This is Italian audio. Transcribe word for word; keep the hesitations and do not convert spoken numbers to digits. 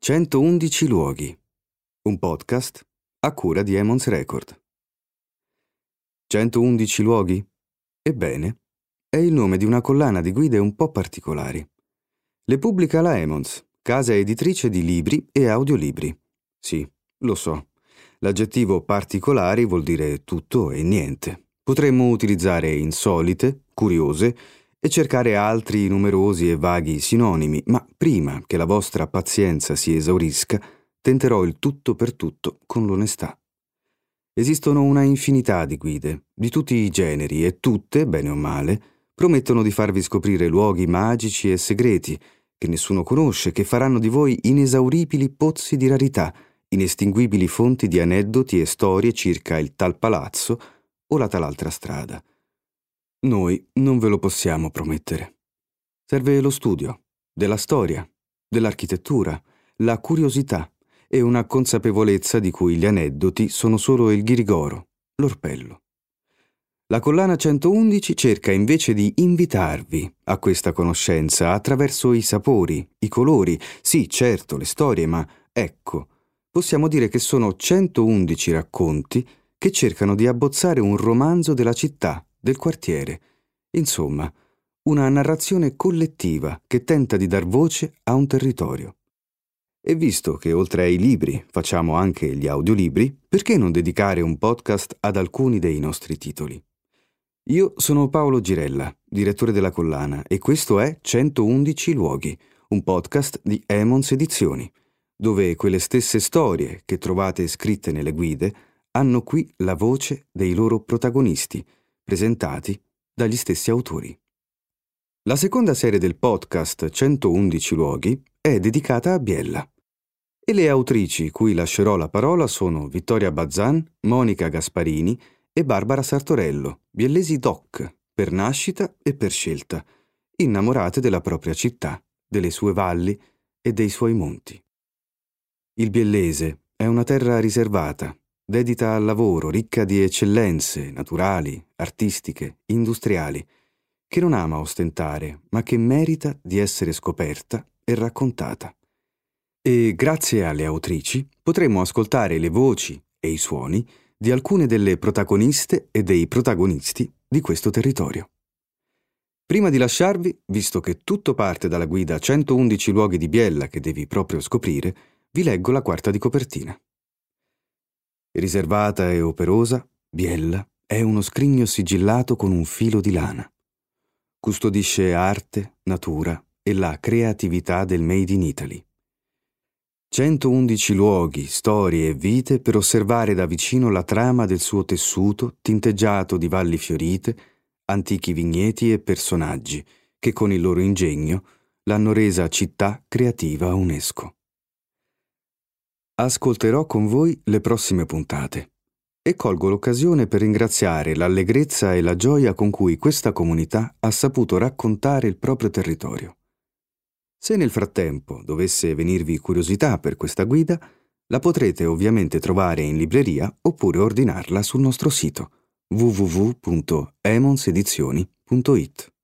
centoundici luoghi, un podcast a cura di Emons Record. centoundici luoghi? Ebbene, è il nome di una collana di guide un po' particolari. Le pubblica la Emons, casa editrice di libri e audiolibri. Sì, lo so, l'aggettivo particolari vuol dire tutto e niente. Potremmo utilizzare insolite, curiose e cercare altri numerosi e vaghi sinonimi, ma prima che la vostra pazienza si esaurisca, tenterò il tutto per tutto con l'onestà. Esistono una infinità di guide, di tutti i generi, e tutte, bene o male, promettono di farvi scoprire luoghi magici e segreti che nessuno conosce, che faranno di voi inesauribili pozzi di rarità, inestinguibili fonti di aneddoti e storie circa il tal palazzo o la tal altra strada. Noi non ve lo possiamo promettere. Serve lo studio della storia, dell'architettura, la curiosità e una consapevolezza di cui gli aneddoti sono solo il ghirigoro, l'orpello. La collana centoundici cerca invece di invitarvi a questa conoscenza attraverso i sapori, i colori, sì, certo, le storie, ma ecco, possiamo dire che sono centoundici racconti che cercano di abbozzare un romanzo della città, del quartiere, insomma, una narrazione collettiva che tenta di dar voce a un territorio. E visto che oltre ai libri facciamo anche gli audiolibri, perché non dedicare un podcast ad alcuni dei nostri titoli? Io sono Paolo Girella, direttore della collana, e questo è centoundici luoghi, un podcast di Emons Edizioni, dove quelle stesse storie che trovate scritte nelle guide hanno qui la voce dei loro protagonisti, presentati dagli stessi autori. La seconda serie del podcast centoundici luoghi è dedicata a Biella e le autrici cui lascerò la parola sono Vittoria Bazzan, Monica Gasparini e Barbara Sartorello, biellesi doc per nascita e per scelta, innamorate della propria città, delle sue valli e dei suoi monti. Il biellese è una terra riservata, dedita al lavoro, ricca di eccellenze naturali, artistiche, industriali, che non ama ostentare, ma che merita di essere scoperta e raccontata. E grazie alle autrici potremo ascoltare le voci e i suoni di alcune delle protagoniste e dei protagonisti di questo territorio. Prima di lasciarvi, visto che tutto parte dalla guida centoundici luoghi di Biella che devi proprio scoprire, vi leggo la quarta di copertina. Riservata e operosa, Biella è uno scrigno sigillato con un filo di lana. Custodisce arte, natura e la creatività del Made in Italy. centoundici luoghi, storie e vite per osservare da vicino la trama del suo tessuto tinteggiato di valli fiorite, antichi vigneti e personaggi che con il loro ingegno l'hanno resa città creativa UNESCO. Ascolterò con voi le prossime puntate e colgo l'occasione per ringraziare l'allegrezza e la gioia con cui questa comunità ha saputo raccontare il proprio territorio. Se nel frattempo dovesse venirvi curiosità per questa guida, la potrete ovviamente trovare in libreria oppure ordinarla sul nostro sito w w w punto emons edizioni punto it.